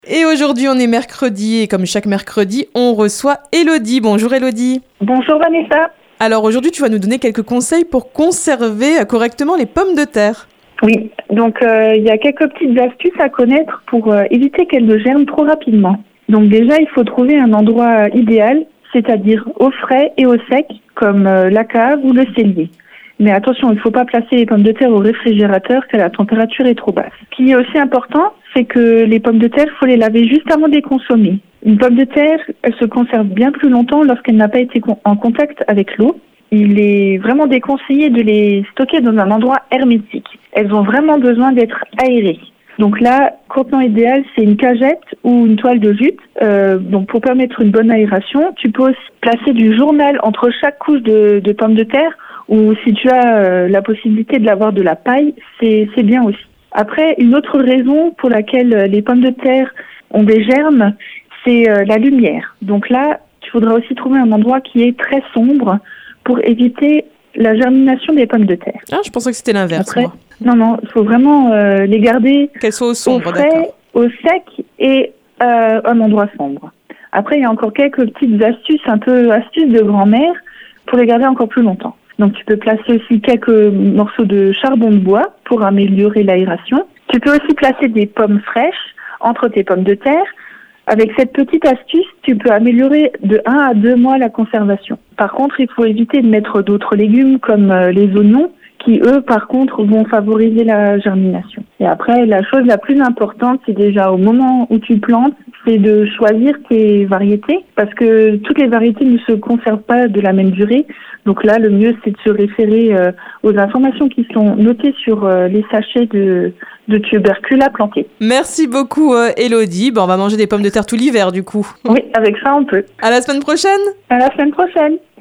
Et aujourd'hui, on est mercredi et comme chaque mercredi, on reçoit Élodie. Bonjour Élodie. Bonjour Vanessa. Alors aujourd'hui, tu vas nous donner quelques conseils pour conserver correctement les pommes de terre. Oui, donc il y a quelques petites astuces à connaître pour éviter qu'elles ne germent trop rapidement. Donc déjà, il faut trouver un endroit idéal, c'est-à-dire au frais et au sec, comme la cave ou le cellier. Mais attention, il ne faut pas placer les pommes de terre au réfrigérateur car la température est trop basse. Ce qui est aussi important, c'est que les pommes de terre, il faut les laver juste avant de les consommer. Une pomme de terre, elle se conserve bien plus longtemps lorsqu'elle n'a pas été en contact avec l'eau. Il est vraiment déconseillé de les stocker dans un endroit hermétique. Elles ont vraiment besoin d'être aérées. Donc là, contenant idéal, c'est une cagette ou une toile de jute. Donc pour permettre une bonne aération, tu peux aussi placer du journal entre chaque couche de pommes de terre ou si tu as la possibilité de l'avoir de la paille, c'est bien aussi. Après, une autre raison pour laquelle les pommes de terre ont des germes, c'est la lumière. Donc là, il faudra aussi trouver un endroit qui est très sombre pour éviter la germination des pommes de terre. Ah, je pensais que c'était l'inverse. Après, moi. non, il faut vraiment les garder Qu'elles soient au au sombre, frais, d'accord. au sec et un endroit sombre. Après, il y a encore quelques petites astuces, astuces de grand-mère pour les garder encore plus longtemps. Donc, tu peux placer aussi quelques morceaux de charbon de bois pour améliorer l'aération. Tu peux aussi placer des pommes fraîches entre tes pommes de terre. Avec cette petite astuce, tu peux améliorer de 1 à 2 mois la conservation. Par contre, il faut éviter de mettre d'autres légumes comme les oignons qui, eux, par contre, vont favoriser la germination. Et après, la chose la plus importante, c'est déjà au moment où tu plantes, c'est de choisir tes variétés parce que toutes les variétés ne se conservent pas de la même durée. Donc là, le mieux, c'est de se référer aux informations qui sont notées sur les sachets de tubercules à planter. Merci beaucoup Élodie. On va manger des pommes de terre tout l'hiver du coup. Oui, avec ça, on peut. À la semaine prochaine. À la semaine prochaine.